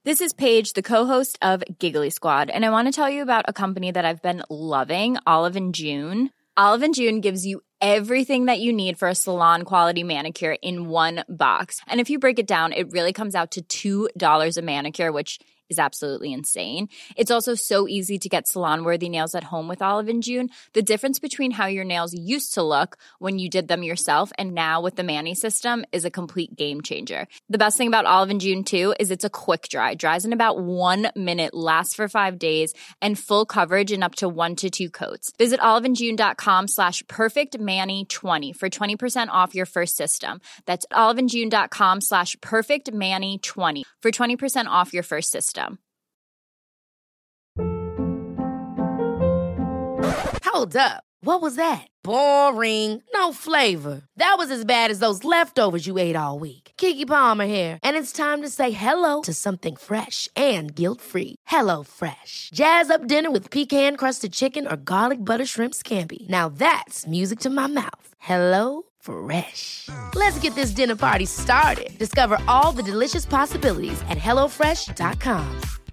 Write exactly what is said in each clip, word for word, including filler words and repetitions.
This is Paige, the co-host of Giggly Squad, and I want to tell you about a company that I've been loving, Olive and June. Olive and June gives you everything that you need for a salon-quality manicure in one box. And if you break it down, it really comes out to two dollars a manicure, which is absolutely insane. It's also so easy to get salon-worthy nails at home with Olive and June. The difference between how your nails used to look when you did them yourself and now with the Mani system is a complete game changer. The best thing about Olive and June, too, is it's a quick dry. Dries in about one minute, lasts for five days, and full coverage in up to one to two coats. Visit oliveandjune.com slash perfectmani20 for twenty percent off your first system. That's oliveandjune.com slash perfectmani20 for twenty percent off your first system. Hold up. What was that? Boring. No flavor. That was as bad as those leftovers you ate all week. Keke Palmer here, and it's time to say hello to something fresh and guilt-free. Hello Fresh. Jazz up dinner with pecan-crusted chicken or garlic butter shrimp scampi. Now that's music to my mouth. Hello Fresh. Let's get this dinner party started. Discover all the delicious possibilities at hello fresh dot com.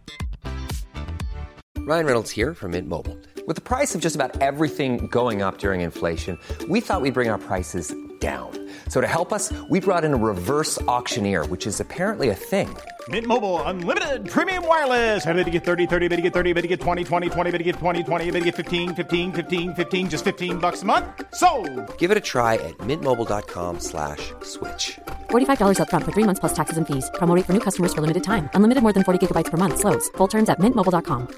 Ryan Reynolds here from Mint Mobile. With the price of just about everything going up during inflation, we thought we'd bring our prices down. So to help us, we brought in a reverse auctioneer, which is apparently a thing. Mint Mobile Unlimited Premium Wireless. How to get thirty, thirty, how to get thirty, how to get twenty, twenty, twenty, how to get twenty, twenty, how to get fifteen, fifteen, fifteen, fifteen, just fifteen bucks a month? Sold! Give it a try at mintmobile.com slash switch. forty-five dollars up front for three months plus taxes and fees. Promo rate for new customers for limited time. Unlimited more than forty gigabytes per month. Slows full terms at mint mobile dot com.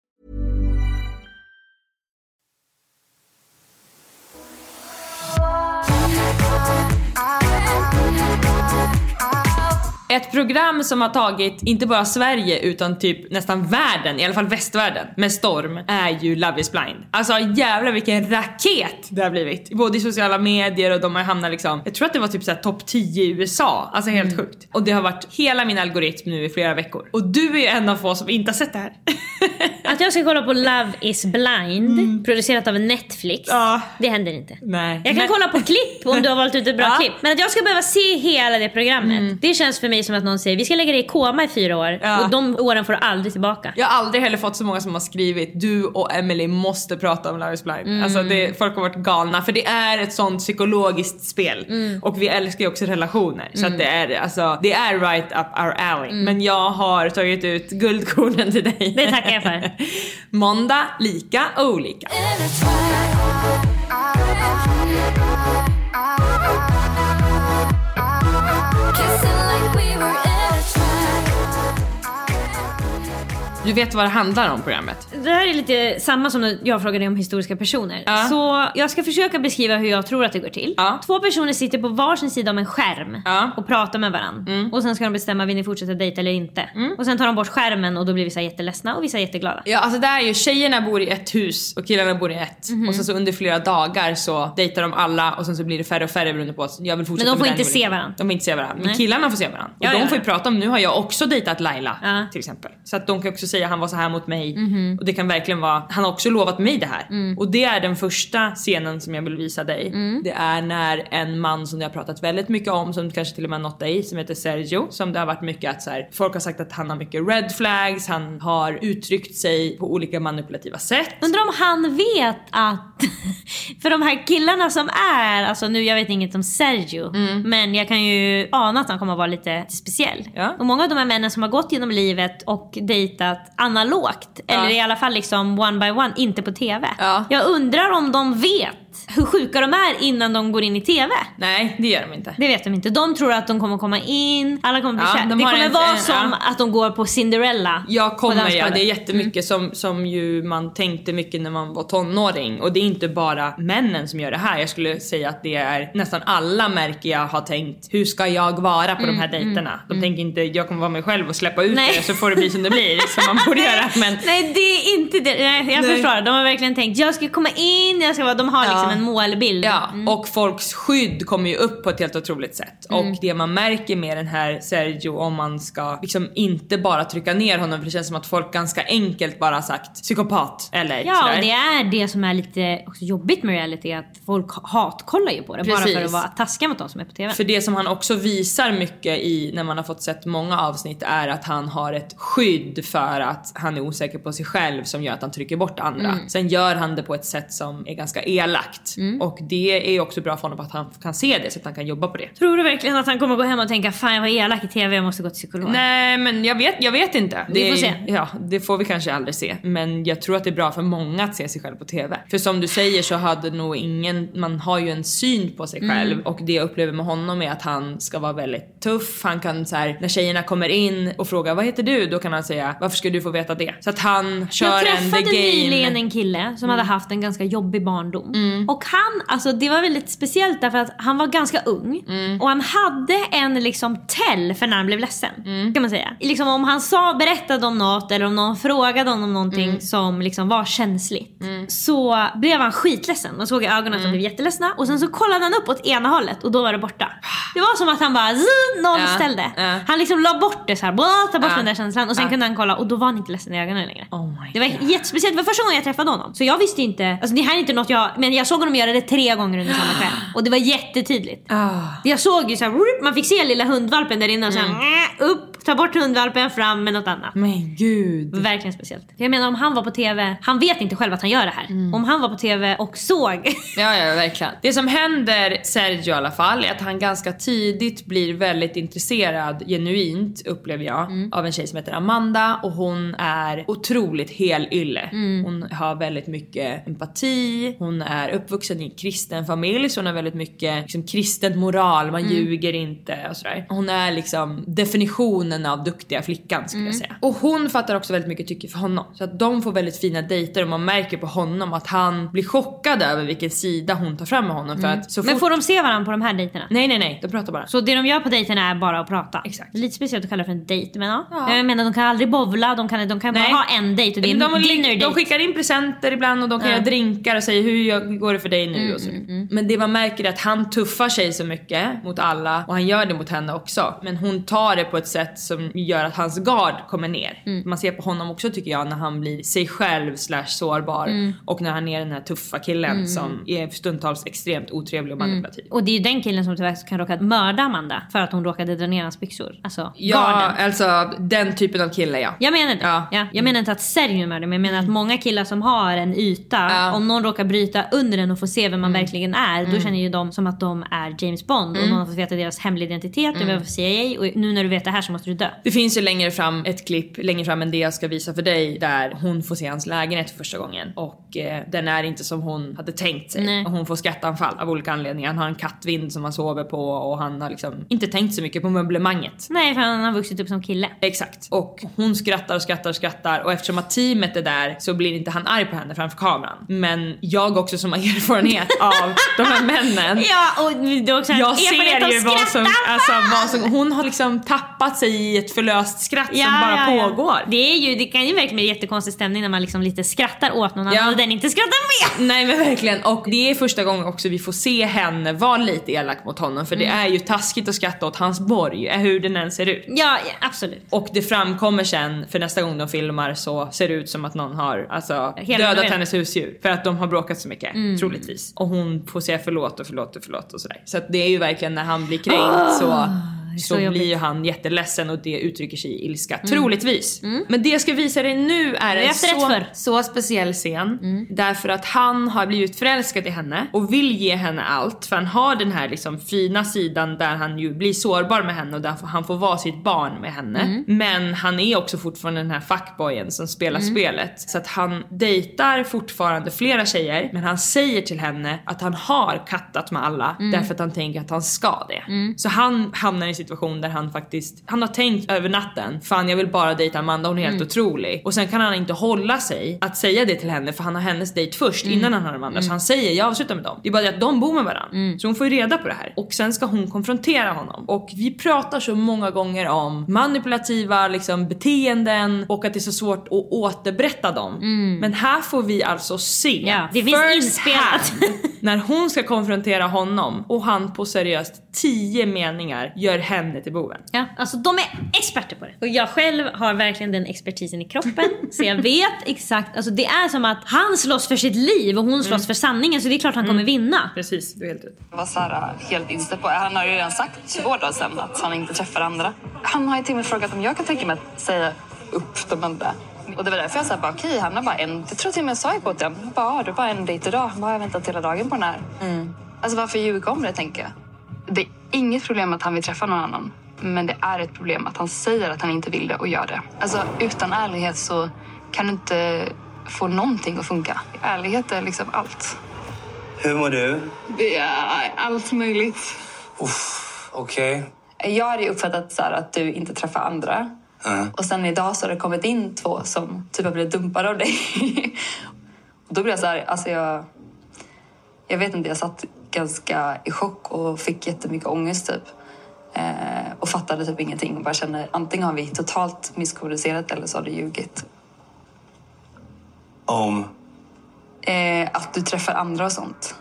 Ett program som har tagit inte bara Sverige utan typ nästan världen, i alla fall västvärlden, med storm är ju Love is blind. Alltså jävlar vilken raket det har blivit. Både i sociala medier och de har hamnat liksom, jag tror att det var typ såhär topp tio i U S A. Alltså helt mm. sjukt. Och det har varit hela min algoritm nu i flera veckor. Och du är ju en av få som inte har sett det här. Att jag ska kolla på Love is blind mm. producerat av Netflix, ja. Det händer inte. Nej. Jag kan Men... kolla på klipp om du har valt ut ett bra ja. klipp. Men att jag ska behöva se hela det programmet mm. det känns för mig som att någon säger vi ska lägga dig i koma i fyra år ja. Och de åren får du aldrig tillbaka. Jag har aldrig heller fått så många som har skrivit du och Emily måste prata om Love is blind mm. Alltså det, folk har varit galna. För det är ett sånt psykologiskt spel mm. och vi älskar ju också relationer mm. så att det är, alltså, det är right up our alley mm. Men jag har tagit ut guldkornen till dig. Det tackar jag för. Måndag, lika, olika. Du vet vad det handlar om programmet. Det här är lite samma som när jag frågade om historiska personer ja. Så jag ska försöka beskriva hur jag tror att det går till ja. Två personer sitter på varsin sida om en skärm ja. Och pratar med varandra mm. Och sen ska de bestämma vill ni fortsätta dejta eller inte mm. Och sen tar de bort skärmen och då blir vissa jätteledsna och vissa jätteglada. Ja, alltså det är ju, tjejerna bor i ett hus och killarna bor i ett mm-hmm. Och sen så under flera dagar så dejtar de alla och sen så blir det färre och färre beroende på att jag vill fortsätta. Men de får inte den, se varandra. De får inte se varandra, men Nej. killarna får se varandra. Och ja, de ja. får ju prata om, nu har jag också dejtat Laila ja. till exempel. Så att de kan också säga han var så här mot mig mm-hmm. och det kan verkligen vara, han har också lovat mig det här mm. och det är den första scenen som jag vill visa dig mm. Det är när en man som jag har pratat väldigt mycket om, som kanske till och med nått dig, som heter Sergio, som det har varit mycket att så här, folk har sagt att han har mycket red flags, han har uttryckt sig på olika manipulativa sätt. Undrar om han vet att för de här killarna som är, alltså nu jag vet inget om Sergio mm. men jag kan ju ana att han kommer att vara lite speciell ja. Och många av de här männen som har gått genom livet och dejtat analogt ja. Eller i alla fall liksom one by one, inte på tv ja. Jag undrar om de vet hur sjuka de är innan de går in i tv. Nej, det gör de inte. Det vet de inte. De tror att de kommer komma in, alla kommer bli ja, kär. De det kommer en, vara en, som ja. att de går på Cinderella. Jag kommer, ja, det är jättemycket mm. som, som ju man tänkte mycket när man var tonåring. Och det är inte bara männen som gör det här. Jag skulle säga att det är nästan alla märker jag har tänkt, hur ska jag vara på mm, de här dejterna? De mm. tänker inte, jag kommer vara mig själv och släppa ut Nej. det så får det bli som det blir, som man borde göra. Men... Nej, det är inte det. Nej, jag Nej. förstår. De har verkligen tänkt, jag ska komma in, jag ska vara, de har liksom liksom en målbild. Ja, mm. och folks skydd kommer ju upp på ett helt otroligt sätt. Mm. Och det man märker med den här Sergio, om man ska liksom inte bara trycka ner honom, för det känns som att folk ganska enkelt bara har sagt psykopat eller ja, sådär. Och det är det som är lite också jobbigt med reality, att folk hatkollar ju på det. Precis. Bara för att vara taskiga mot dem som är på tv. För det som han också visar mycket i, när man har fått sett många avsnitt, är att han har ett skydd för att han är osäker på sig själv, som gör att han trycker bort andra. Mm. Sen gör han det på ett sätt som är ganska elakt. Mm. Och det är också bra för honom att han kan se det, så att han kan jobba på det. Tror du verkligen att han kommer gå hem och tänka, fan jag var elak i tv, jag måste gå till psykolog? Nej, men jag vet, jag vet inte. Vi får se. Ja, det får vi kanske aldrig se. Men jag tror att det är bra för många att se sig själv på tv. För som du säger så hade nog ingen, man har ju en syn på sig själv. Mm. Och det jag upplever med honom är att han ska vara väldigt tuff. Han kan så här, när tjejerna kommer in och frågar vad heter du, då kan han säga, varför ska du få veta det? Så att han kör en the game. Jag träffade nyligen en kille som mm. hade haft en ganska jobbig barndom. Mm. Och han, alltså det var väldigt speciellt därför att han var ganska ung. Mm. Och han hade en liksom tell för när han blev ledsen. Mm. Kan man säga. Liksom om han sa, berättade om något, eller om någon frågade honom om någonting mm. som liksom var känsligt. Mm. Så blev han skitledsen. Man såg i ögonen att han blev jätteledsna. Och sen så kollade han upp åt ena hållet och då var det borta. Det var som att han bara nollställde. Ja, ja. Han liksom la bort det så här, ta bort ja. den där känslan. Och sen ja. kunde han kolla och då var han inte ledsen i ögonen längre. Oh det var God. jättespeciellt. Det var första gången jag träffade honom. Så jag visste inte, alltså det här är inte något jag, men jag såg honom göra det tre gånger under samma kväll. Och det var jättetydligt. Oh. Jag såg ju så här, man fick se lilla hundvalpen där inne och så här, mm. upp, ta bort hundvalpen, fram med något annat. Men gud. Verkligen speciellt. Jag menar om han var på tv, han vet inte själv att han gör det här. Mm. Om han var på tv och såg. Ja, ja, verkligen. Det som händer Sergio i alla fall är att han ganska tidigt blir väldigt intresserad, genuint upplever jag, mm. av en tjej som heter Amanda. Och hon är otroligt helylle. Mm. Hon har väldigt mycket empati. Hon är uppvuxen i en kristen familj, så hon har väldigt mycket liksom, kristen moral. Man mm. ljuger inte och sådär. Hon är liksom definitionen av duktiga flickan, skulle mm. jag säga. Och hon fattar också väldigt mycket tycke för honom. Så att de får väldigt fina dejter och man märker på honom att han blir chockad över vilken sida hon tar fram med honom. Mm. För att så Men fort... får de se varandra på de här dejterna? Nej, nej, nej. De pratar bara. Så det de gör på dejterna är bara att prata? Exakt. Lite speciellt att kalla det för en dejt, men ja. ja. Jag menar, de kan aldrig bovla. De kan, de kan bara ha en dejt och det är de, en dinner date. De skickar in presenter ibland och de kan ja. göra drinkar och säger hur går det för dig nu mm, och så. Mm, mm. Men det man märker är att han tuffar sig så mycket mot alla och han gör det mot henne också. Men hon tar det på ett sätt som gör att hans gard kommer ner. Mm. Man ser på honom också tycker jag när han blir sig själv slash sårbar mm. och när han är den här tuffa killen mm. som är stundtals extremt otrevlig och manipulativ. Mm. Och det är ju den killen som tyvärr kan råka mörda Amanda för att hon råkade dra ner hans byxor. Alltså ja, garden. Alltså den typen av kille, ja. Jag menar det. Ja. Ja. Jag menar inte att Sergio mördar, men jag menar att många killar som har en yta, ja. om någon råkar bryta under den och får se vem man mm. verkligen är, då mm. känner ju de som att de är James Bond mm. och någon har fått veta deras hemliga identitet mm. och C I A, och nu när du vet det här så måste du dö. Det finns ju längre fram ett klipp, längre fram än det jag ska visa för dig, där hon får se hans lägenhet för första gången och eh, den är inte som hon hade tänkt sig. Nej. Och hon får skrattanfall av olika anledningar. Han har en kattvind som han sover på och han har liksom inte tänkt så mycket på möblemanget. Nej, för han har vuxit upp som kille. Exakt. Och hon skrattar och skrattar och skrattar och eftersom att teamet är där så blir inte han arg på henne framför kameran. Men jag också som har erfarenhet av de här männen. Ja, och det är också jag ser ju vad som, alltså, vad som hon har liksom tappat sig i ett förlöst skratt ja, som bara ja, pågår. Ja. Det är ju, det kan ju verkligen bli jättekonstig stämning när man liksom lite skrattar åt någon ja. annan och den inte skrattar med. Nej men verkligen, och det är första gången också vi får se henne vara lite elak mot honom, för mm. det är ju taskigt att skratta åt hans borg, hur den än ser ut. Ja, ja, absolut. Och det framkommer sen, för nästa gång de filmar så ser det ut som att någon har alltså, dödat hennes husdjur för att de har bråkat så mycket, mm. troligtvis. Och hon får säga förlåt och förlåt och förlåt och sådär. Så att det är ju verkligen när han blir kränkt oh. så... Så, så blir han jätteledsen och det uttrycker sig i ilska, mm. troligtvis. Mm. Men det jag ska visa dig nu är en så, så speciell scen. Mm. Därför att han har blivit förälskad i henne och vill ge henne allt. För han har den här liksom fina sidan där han ju blir sårbar med henne och där han får vara sitt barn med henne. Mm. Men han är också fortfarande den här fuckboyen som spelar mm. spelet. Så att han dejtar fortfarande flera tjejer, men han säger till henne att han har kattat med alla mm. därför att han tänker att han ska det. Mm. Så han hamnar i situation där han faktiskt, han har tänkt över natten, fan jag vill bara dejta Amanda, hon är helt mm. otrolig, och sen kan han inte hålla sig att säga det till henne för han har hennes dejt först mm. innan han har Amanda, mm. så han säger jag avslutar med dem, det är bara det att de bor med varandra mm. så hon får ju reda på det här och sen ska hon konfrontera honom. Och vi pratar så många gånger om manipulativa liksom beteenden och att det är så svårt att återberätta dem mm. men här får vi alltså se ja, det finns inspelat När hon ska konfrontera honom och han på seriöst tio meningar gör henne till boven. Ja, alltså de är experter på det. Och jag själv har verkligen den expertisen i kroppen. Så jag vet exakt, alltså det är som att han slåss för sitt liv och hon slåss mm. för sanningen. Så det är klart han mm. kommer vinna. Precis, du är helt rätt. Jag var så här, helt inställd på. Han har ju redan sagt två dagar sedan att han inte träffar andra. Han har ju till och med frågat om jag kan tänka mig att säga upp de andra. Och det var därför jag sa bara, okej, han har bara en... Jag tror till och med jag sa på den. Jag bara, du bara en dejt idag. Jag har väntat hela dagen på den här. Mm. Alltså varför ljuga om det, tänker jag. Det är inget problem att han vill träffa någon annan. Men det är ett problem att han säger att han inte vill det och gör det. Alltså utan ärlighet så kan du inte få någonting att funka. Ärlighet är liksom allt. Hur mår du? Ja, allt möjligt. Okej. Okay. Jag hade ju uppfattat så här att du inte träffar andra. Uh. Och sen idag så har det kommit in två som typ har blivit dumpade av dig. Och då blev jag så här, alltså jag... Jag vet inte, jag satt ganska i chock och fick jättemycket ångest typ. Eh, och fattade typ ingenting och bara kände, antingen har vi totalt misskommunicerat eller så har du ljugit. Om? Eh, att du träffar andra och sånt.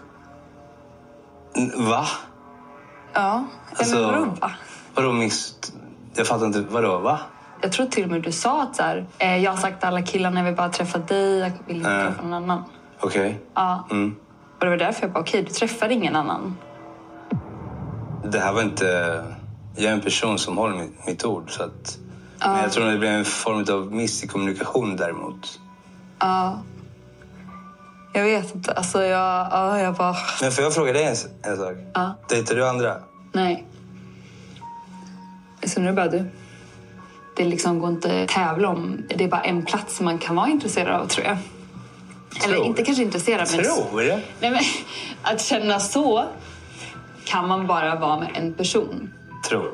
Va? Ja, alltså, eller vadå va? Vadå mist... Jag fattar inte, vadå va? Jag tror till och med du sa att så här, eh, jag har sagt till alla killarna, jag vill bara träffa dig, jag vill inte uh. träffa någon annan. Okej. Okay. Ja. Mm. Och det var därför jag bara, okej, okay, du träffar ingen annan. Det här var inte... Jag är en person som håller mitt, mitt ord, så att... Uh. Men jag tror att det blev en form av miss i kommunikation däremot. Ja. Uh. Jag vet inte, alltså jag... Ja, uh, jag bara... Men får jag fråga dig en, en sak? Ja. Uh. Dejtar du andra? Nej. Så nu är det bara du. Det liksom går inte att tävla om. Det är bara en plats som man kan vara intresserad av, tror jag. Tror. Eller inte kanske intresserad. Tror men... det? Nej, men att känna så kan man bara vara med en person. Tror.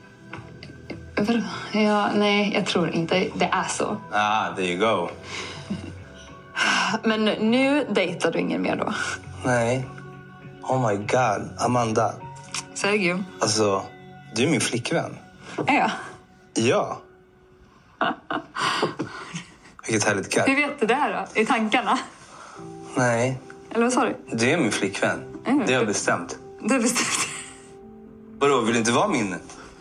Ja, nej, jag tror inte det är så. Ah, there you go. Men nu dejtar du ingen mer då? Nej. Oh my god, Amanda. Sergio. Alltså, du är min flickvän. Är jag? Ja. Vilket härligt katt. Hur vet du det här då? I tankarna? Nej. Eller vad sa du? Du är min flickvän. Mm. Det har jag bestämt. Du har bestämt. Vadå, vill du inte vara min?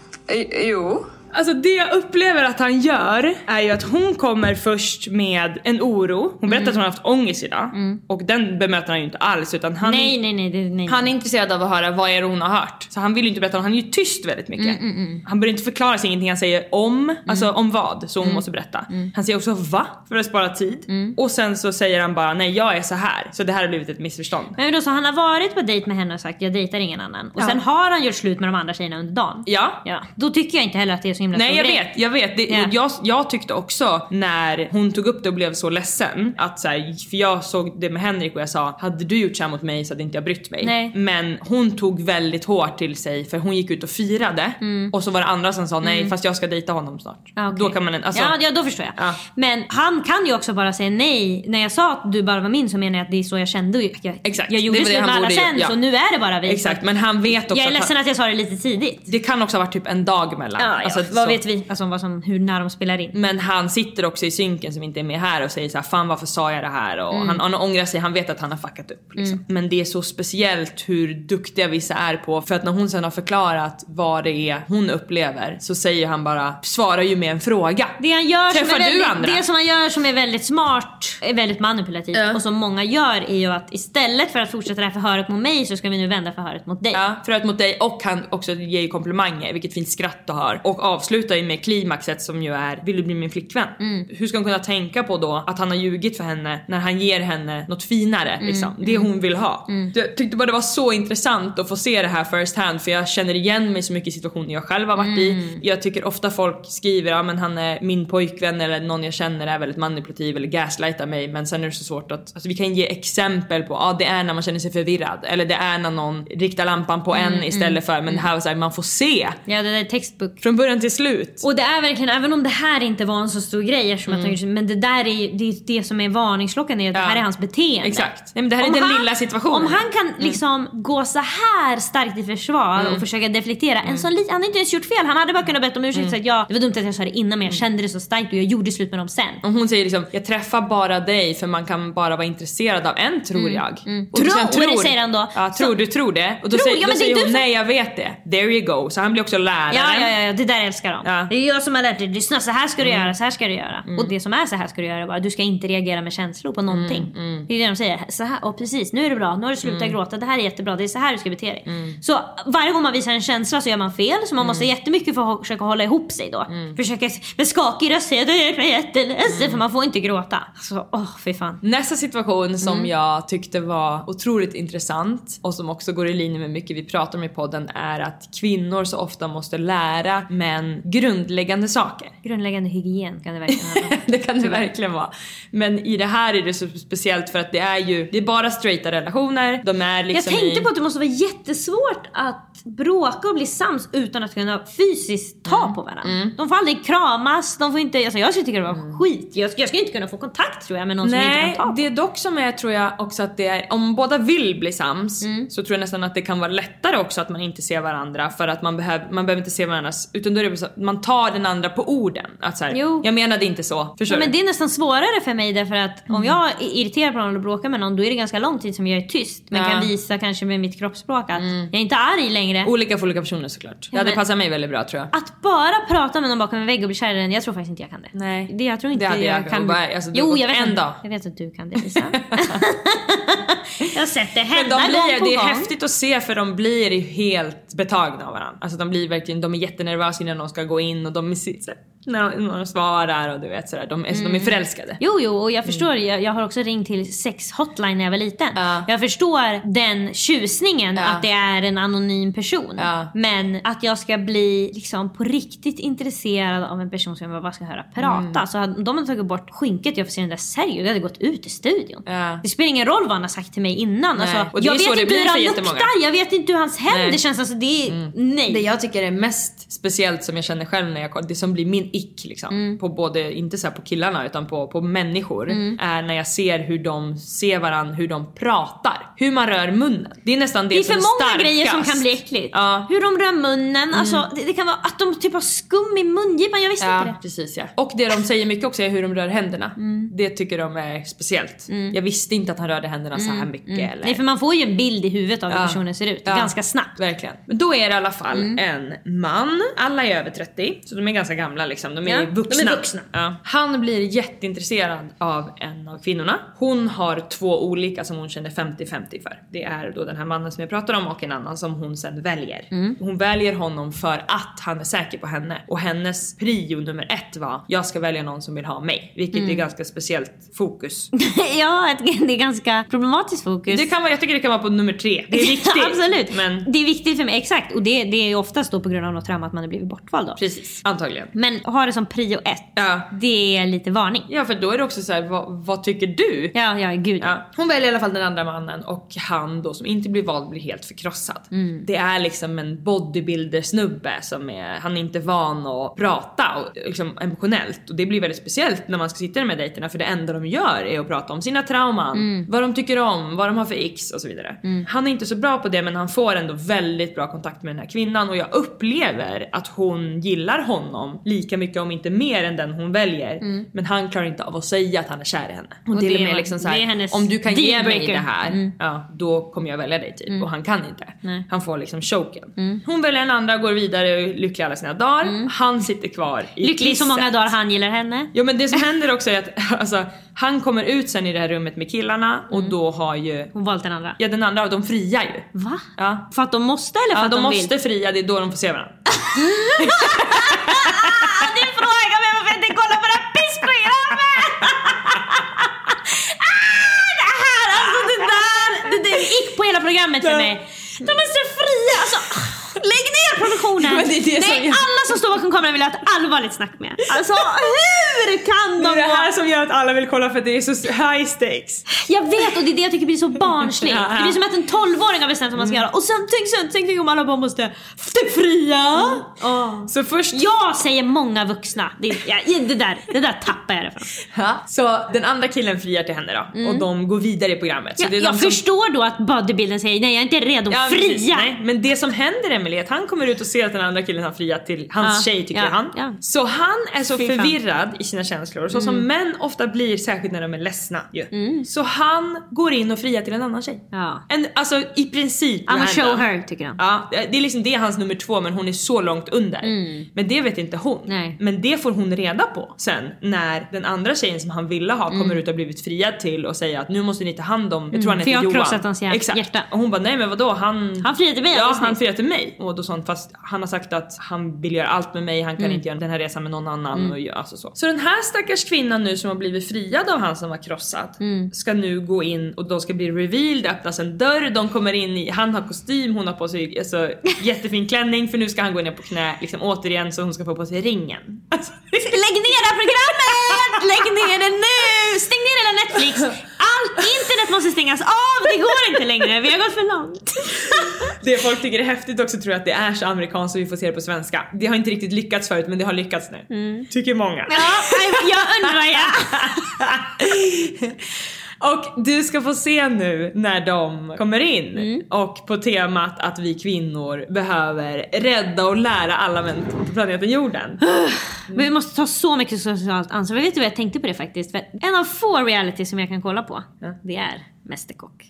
Jo. Alltså det jag upplever att han gör är ju att hon kommer först med en oro. Hon berättar mm. att hon har haft ångest idag. Mm. Och den bemöter han ju inte alls. Utan han, nej, nej, nej, nej, nej. Han är intresserad av att höra vad är det hon har hört. Så han vill ju inte berätta. Han är ju tyst väldigt mycket. Mm, mm, mm. Han börjar inte förklara sig ingenting. Han säger om, mm. alltså om vad. Så hon mm. måste berätta. Mm. Han säger också va? För att spara tid. Mm. Och sen så säger han bara nej, jag är så här. Så det här har blivit ett missförstånd. Men då så han har varit på dejt med henne och sagt jag dejtar ingen annan. Och ja. Sen har han gjort slut med de andra tjejerna under dagen. Ja. Ja. Då tycker jag inte heller att det är så himla nej, jag grej. vet. Jag vet, det, yeah. jag, jag tyckte också när hon tog upp det och blev så ledsen att så här, för jag såg det med Henrik och jag sa hade du gjort så här mot mig så hade inte jag brytt mig. Nej. Men hon tog väldigt hårt till sig för hon gick ut och firade mm. och så var det andra som sa nej mm. fast jag ska dejta honom snart. Okay. Då kan man alltså, ja, ja, då förstår jag. Ja. Men han kan ju också bara säga nej. När jag sa att du bara var min så menar jag att det är så jag kände. Jag, Exakt. jag gjorde slut med alla sen ja. Så nu är det bara vi. Exakt, men han vet också jag är att ledsen han, att jag sa det lite tidigt. Det kan också ha varit typ en dag mellan. Ja, ja. Alltså, vad så. vet vi? Alltså vad som, hur när de spelar in. Men han sitter också i synken som inte är med här och säger så här, fan varför sa jag det här? Och mm. han, han ångrar sig, han vet att han har fuckat upp liksom. Mm. Men det är så speciellt hur duktiga vissa är på. För att när hon sen har förklarat vad det är hon upplever så säger han bara, svarar ju med en fråga. Det han gör Träffar som är väldigt, du andra? Det som han gör som är väldigt smart är väldigt manipulativt ja. Och som många gör är ju att istället för att fortsätta det här förhöret mot mig så ska vi nu vända förhöret mot dig. Ja, förhöret mot dig och han också ger ju komplimanger, vilket fint skratt du har. Och avslutar ju med klimaxet som ju är, vill du bli min flickvän? Mm. Hur ska hon kunna tänka på då att han har ljugit för henne när han ger henne något finare mm. liksom, det hon vill ha. Mm. Jag tyckte bara det var så intressant att få se det här first hand, för jag känner igen mig så mycket i situationer jag själv har varit mm. i. Jag tycker ofta folk skriver, ja men han är min pojkvän eller någon jag känner är väldigt manipulativ eller gaslightar mig, men sen är det så svårt att, alltså vi kan ge exempel på, ja det är när man känner sig förvirrad eller det är när någon riktar lampan på mm. en istället för, men mm. det här var så här, man får se. Ja, det är textbok. Från början till slut. Och det är verkligen, även om det här inte var en så stor grej eftersom mm. att han, men det där är det, är det som är varningsklockan är att ja. det här är hans beteende. Exakt. Nej, men det här om är den han, lilla situationen. Om han kan liksom mm. gå så här starkt i försvar mm. och försöka deflektera mm. en sån li- han hade inte ens gjort fel. Han hade bara kunnat bett om ursäkt mm. och sagt ja, det var dumt att jag sa det innan, men jag kände det så starkt och jag gjorde slut med dem sen. Och hon säger liksom, jag träffar bara dig för man kan bara vara intresserad av en, tror mm. jag. Mm. Och tror, tror, det säger han då. Ja, tror så, du tror det. Och då tror, säger, ja, då säger hon, för... nej jag vet det. There you go. Så han blir också lärare. Ja, ja, ja, det där älskar de. Ja. Det är jag som har lärt dig, lyssna, så här ska du mm. göra, så här ska du göra. Mm. Och det som är så här ska du göra bara, du ska inte reagera med känslor på någonting. Mm. Mm. Det är det de säger. Så här, och precis, nu är det bra, nu har du slutat mm. gråta, det här är jättebra, det är så här du ska bete dig. Mm. Så varje gång man visar en känsla så gör man fel, så man mm. måste jättemycket för att försöka hålla ihop sig då. Mm. Försöka med skakig röst säga, det är jätteledsen, mm. för man får inte gråta. Alltså, åh, fy fan. Nästa situation som mm. jag tyckte var otroligt intressant och som också går i linje med mycket vi pratar om i podden är att kvinnor så ofta måste lära män grundläggande saker. Grundläggande hygien kan det verkligen vara. Det kan det verkligen vara. Men i det här är det så speciellt för att det är ju, det är bara straighta relationer. De är liksom jag tänkte i... på att det måste vara jättesvårt att bråka och bli sams utan att kunna fysiskt ta mm. på varandra. Mm. De får aldrig kramas, de får inte, alltså jag skulle tycka det var mm. skit. Jag, jag skulle inte kunna få kontakt tror jag med någon Nej, som inte kan ta på. Det är dock som är tror jag också att det är, om båda vill bli sams mm. så tror jag nästan att det kan vara lättare också att man inte ser varandra för att man behöver, man behöver inte se varandras, utan då är det så, man tar den andra på orden. Att så här, jag menade inte så. Förstår ja, du? Men det är nästan svårare för mig därför att mm. om jag är irriterad på någon och bråkar med någon, då är det ganska lång tid som jag är tyst. Men ja. kan visa kanske med mitt kroppsspråk att mm. jag är inte arg längre. Olika för olika personer såklart. Det hade ja, passat mig väldigt bra tror jag. Att bara prata med någon bakom en vägg och bli kär i den, jag tror faktiskt inte jag kan det. Nej. Det, jag tror inte det jag, jag kan. Bara, alltså, jo, jag vet, en att, dag. jag vet att du kan det, Lisa. Jag har sett det hända men de blir, gång på det är gång. Häftigt att se för de blir helt betagna av varandra. Alltså de blir verkligen, de är jättenervösa innan de ska gå in och de är när, när de svarar och du vet sådär, de är, mm. de är förälskade. Jo, jo, och jag förstår, mm. jag, jag har också ringt till sex hotline när jag var liten. Ja. Jag förstår den tjusningen ja. att det är en anonym person. Ja. Men att jag ska bli liksom på riktigt intresserad av en person som jag bara ska höra prata. Mm. Så hade, de hade tagit bort skynket, jag får se den där Sergio, det hade gått ut i studion. Ja. Det spelar ingen roll vad han har sagt till mig innan. Alltså, och jag vet inte hur han luktar, jag vet inte hur hans händer nej. känns. Alltså, det är, mm. nej. Det jag tycker är mest speciellt som jag känner själv när jag, det som blir min ick liksom, mm. på både, inte så här på killarna utan på, på människor mm. är när jag ser hur de ser varandra, hur de pratar, hur man rör munnen. Det är nästan det, det är som är för många starkast. Grejer som kan bli äckligt. Ja. Hur de rör munnen, mm. alltså det, det kan vara att de typ har skum i mungipan, jag visste ja, inte det. Precis, ja. Och det de säger mycket också är hur de rör händerna. Mm. Det tycker de är speciellt. Mm. Jag visste inte att han rörde händerna mm. så här mycket. Mm. Eller... Nej, för man får ju en bild i huvudet av hur ja. personen ser ut. Ja. Ganska snabbt. Verkligen. Men då är det i alla fall mm. en man. Alla är över trettio. Så de är ganska gamla liksom. De är ja. vuxna. De är vuxna. Ja. Han blir jätteintresserad av en av kvinnorna. Hon har två olika som hon känner femtio femtio för. Det är då den här mannen som jag pratar om och en annan som hon sen väljer. Mm. Hon väljer honom för att han är säker på henne. Och hennes prio nummer ett var jag ska välja någon som vill ha mig. Vilket mm. är ganska speciellt fokus. Ja, det är ganska problematiskt fokus. Det kan vara, jag tycker det kan vara på nummer tre. Det är viktigt. Absolut. Men... Det är viktigt för mig, exakt. Och det, det är oftast då på grund av något trauma att man har blivit bortvald då. Precis, antagligen. Men ha det som prio ett. Ja. Det är lite varning. Ja, för då är det också så här, vad, vad tycker du? Ja, ja, gud. Ja. Hon väljer i alla fall den andra mannen och han då som inte blir vald blir helt förkrossad. Mm. Det är liksom en bodybuilder snubbe som är, han är inte van att prata och, liksom emotionellt. Och det blir väldigt speciellt när man ska sitta med dejterna för det enda de gör är att prata om sina trauman, mm. vad de tycker om, vad de har för x och så vidare. Mm. Han är inte så bra på det men han får ändå väldigt bra kontakt med den här kvinnan och jag upplever att hon gillar honom lika mycket om inte mer än den hon väljer. Mm. Men han klarar inte av att säga att han är kär i henne. Och, och till och med liksom så här, om du kan ge mig det här, mm. ja, då kommer jag välja dig typ. Mm. Och han kan inte. Nej. Han får liksom choken. Mm. Hon väljer en andra, går vidare och är lycklig alla sina dagar. Mm. Han sitter kvar i lycklig så många dagar han gillar henne. Ja, men det som händer också är att alltså, han kommer ut sen i det här rummet med killarna och mm. då har ju hon valt den andra. Ja, den andra, de friar ju. Va? Ja. För att de måste eller för ja, att de, de måste vill? fria, det är då de får se varandra. Du frågar mig varför jag inte kollar på det här pissprogrammet. ah, det här, alltså det där det, det gick på hela programmet för mig. De måste fria, alltså lägg ner produktionen. Men det är det, det är jag... alla som står bakom kameran vill ha ett allvarligt snack med. Alltså hur Hur kan de Det är det här vara... som gör att alla vill kolla, för att det är så high stakes. Jag vet, och det är det jag tycker blir så barnsligt. Ja, ja. Det blir som att en tolvåring har bestämt vad man ska göra. Och sen tänk sen, tänk, tänk om alla bara måste det fria. Mm. Oh. Så först... Jag säger många vuxna. Det, ja, det, där, det där tappar jag det från. Ja. Så den andra killen friar till henne då. Mm. Och de går vidare i programmet. Så ja, det är jag de som... förstår då att bodybuildern säger nej, jag är inte redo att ja, fria. Precis, nej. Men det som händer, Emily, att han kommer ut och ser att den andra killen har friat till hans ja, tjej, tycker ja, han. Ja. Så han är så Fy förvirrad fan. i sina känslor. Så mm. som män ofta blir, särskilt när de är ledsna. Mm. Så han går in och friar till en annan tjej. Ja. En, alltså i princip. I'm a show her, tycker han. Ja, det är liksom det är hans nummer två, men hon är så långt under. Mm. Men det vet inte hon. Nej. Men det får hon reda på sen när den andra tjejen som han ville ha kommer mm. ut och blivit friad till och säger att nu måste ni ta hand om, jag tror han heter Johan. För jag har krossat hans hjärta. Exakt. Och hon bara, nej men vadå, han... Han friade till mig. Ja, han friade till mig. Och då sa han, fast han har sagt att han vill göra allt med mig, han kan mm. inte göra den här resan med någon annan. Mm. Och göra, alltså så. Så den här stackars kvinnan nu som har blivit friad av han som var krossad mm. ska nu gå in och de ska bli revealed, öppnas en dörr, de kommer in i, han har kostym, hon har på sig alltså, jättefin klänning, för nu ska han gå ner på knä liksom återigen, så hon ska få på sig ringen. Alltså, lägg ner det här programmet! Lägg ner det nu! Stäng ner hela Netflix! Allt internet måste stängas av, det går inte längre, vi har gått för långt. Det folk tycker är häftigt också, tror jag, att det är så amerikanskt så vi får se det på svenska. Det har inte riktigt lyckats förut, men det har lyckats nu. Mm. Tycker många. Ja, jag undrar ja. Och du ska få se nu när de kommer in mm. och på temat att vi kvinnor behöver rädda och lära alla män på planeten jorden. Mm. Men vi måste ta så mycket socialt ansvar. Vet du vad jag tänkte på det faktiskt? För en av få reality som jag kan kolla på, ja. det är Mästerkock.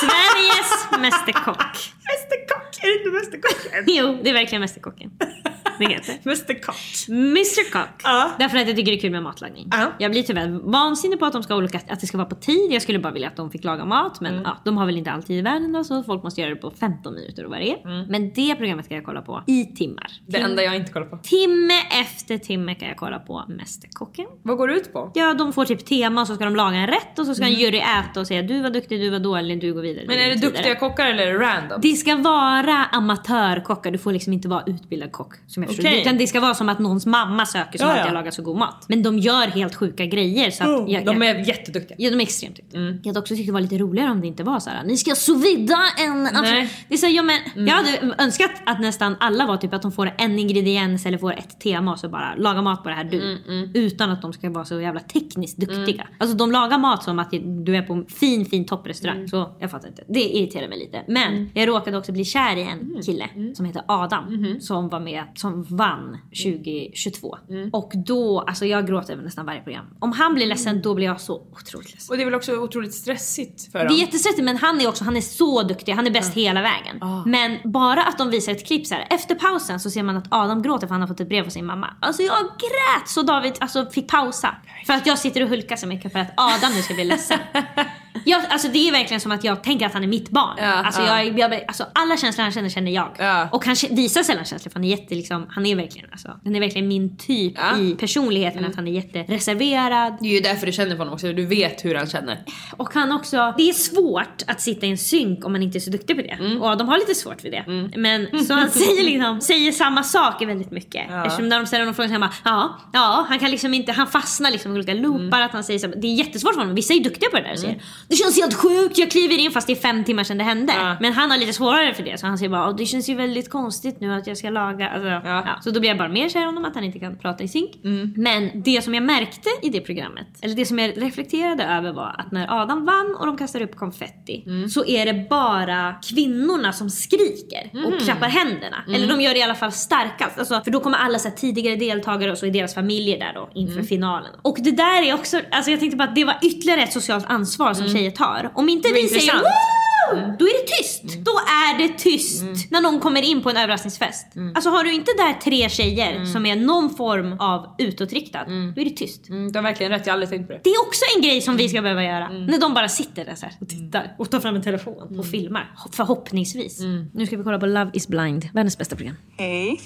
Sveriges Mästerkock. Mästerkock? Är det inte Mästerkocken? Jo, det är verkligen Mästerkocken. Det heter Mästerkock. mister Kock. Ja. Därför att jag tycker det är kul med matlagning. Ja. Jag blir tyvärr vansinnig på att de ska olika, att det ska vara på tid. Jag skulle bara vilja att de fick laga mat. Men mm. ja, de har väl inte alltid i världen då, så folk måste göra det på femton minuter och varje. Mm. Men det programmet ska jag kolla på i timmar. Det Tim- enda jag inte kollar på. Timme efter timme kan jag kolla på Mästerkocken. Vad går det ut på? Ja, de får typ tema och så ska de laga en rätt. Och så ska mm. en jury äta och säga du var duktig, du var dålig, du går vidare. Men är det duktiga kockar eller är det random? Det ska vara amatörkockar. Du får liksom inte vara utbildad kock, som jag förstår. Okay. Utan det ska vara som att någons mamma söker som ja, alltid ja. lagar så god mat. Men de gör helt sjuka grejer så att oh, jag, de är jag, jätteduktiga. Ja, de är extremt duktiga. Mm. Jag hade också tyckt det var lite roligare om det inte var så här. Ni ska sous vide en... Alltså, det är så, ja, men, mm. jag hade önskat att nästan alla var typ att de får en ingrediens eller får ett tema och så bara laga mat på det här du. Mm, mm. Utan att de ska vara så jävla tekniskt duktiga. Mm. Alltså de lagar mat som att du är på en fin, fin topprestaurang. Mm. Så jag fattar inte. Det irriterar mig lite. Men mm. jag råkade också bli kär i en kille mm. som heter Adam. Mm. Som var med, som vann tjugo tjugotvå. Mm. Och då, alltså jag gråter över nästan varje program. Om han blir ledsen, mm. då blir jag så otroligt ledsen. Och det är väl också otroligt stressigt för honom. Det är jättestressigt, men han är också, han är så duktig. Han är bäst mm. hela vägen. Oh. Men bara att de visar ett klipp så här, efter pausen så ser man att Adam gråter för han har fått ett brev från sin mamma. Alltså jag grät så David alltså, fick pausa. För att jag sitter och hulkar så mycket för att Adam nu ska bli ledsen. Jag, alltså det är verkligen som att jag tänker att han är mitt barn. Ja, alltså, ja. jag, jag, alltså alla känslor han känner känner jag. Ja. Och han visar sällan känslor, för han är jätte liksom, han är verkligen alltså, han är verkligen min typ ja. i personligheten. Mm. Att han är jättereserverad. Det är ju därför du känner på honom också. Du vet hur han känner. Och han också, det är svårt att sitta i en synk om man inte är så duktig på det. Mm. Och de har lite svårt för det. Mm. Men så han säger liksom, säger samma saker väldigt mycket. Ja. Eftersom när de ställer någon fråga så han bara, ja, ja, han kan liksom inte, han fastnar liksom i olika loopar. Mm. Att han säger så, det är jättesvårt för honom. Vissa är duktiga på det där och säger, det känns helt sjukt, jag kliver in fast det är fem timmar sedan det hände. Ja. Men han har lite svårare för det. Så han säger bara, det känns ju väldigt konstigt nu att jag ska laga alltså, ja. Ja. Så då blir jag bara mer kär om honom, att han inte kan prata i synk. Mm. Men det som jag märkte i det programmet, eller det som jag reflekterade över, var att när Adam vann och de kastar upp konfetti, mm. så är det bara kvinnorna som skriker mm. och klappar händerna. Mm. Eller de gör det i alla fall starkast. Alltså, för då kommer alla så här, tidigare deltagare och så är deras familjer där då inför mm. finalen. Och det där är också, alltså jag tänkte på att det var ytterligare ett socialt ansvar som mm. tjejer tar. Om inte vi säger woo, då är det tyst. Mm. Då är det tyst mm. när någon kommer in på en överraskningsfest. Mm. Alltså har du inte där tre tjejer mm. som är någon form av utåtriktad, mm. då är det tyst. Mm, du har verkligen rätt, jag har aldrig tänkt på det. Det är också en grej som vi ska behöva göra. Mm. När de bara sitter där så här och tittar och tar fram en telefon mm. och filmar. Förhoppningsvis. Mm. Nu ska vi kolla på Love is Blind, världens bästa program. Hej.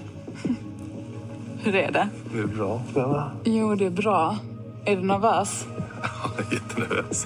Hur är det? Det är bra, Bella. Jo, det är bra. Är du nervös? Ja, jag är jättenervös.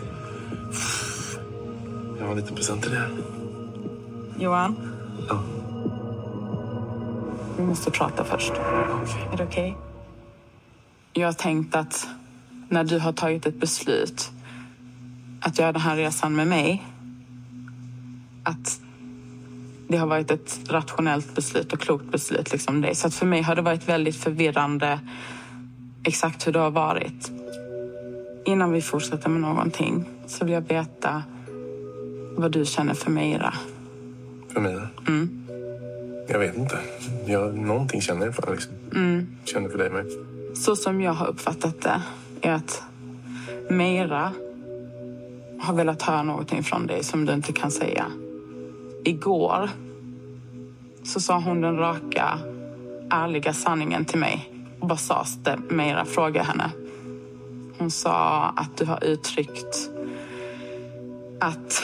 Jag har en liten present till dig. Johan? Ja? Vi måste prata först. Okay. Är det okej? Okay? Jag har tänkt att när du har tagit ett beslut att göra den här resan med mig, att det har varit ett rationellt beslut och klokt beslut liksom det. Så att för mig har det varit väldigt förvirrande exakt hur det har varit. Innan vi fortsätter med någonting så vill jag veta vad du känner för Meira. För Meira? Mm. Jag vet inte. Jag, någonting känner jag för liksom. Mm. Känner för dig med. Så som jag har uppfattat det är att Meira har velat höra någonting från dig som du inte kan säga. Igår så sa hon den raka, ärliga sanningen till mig. Och vad sades det? Meira frågade henne. Hon sa att du har uttryckt att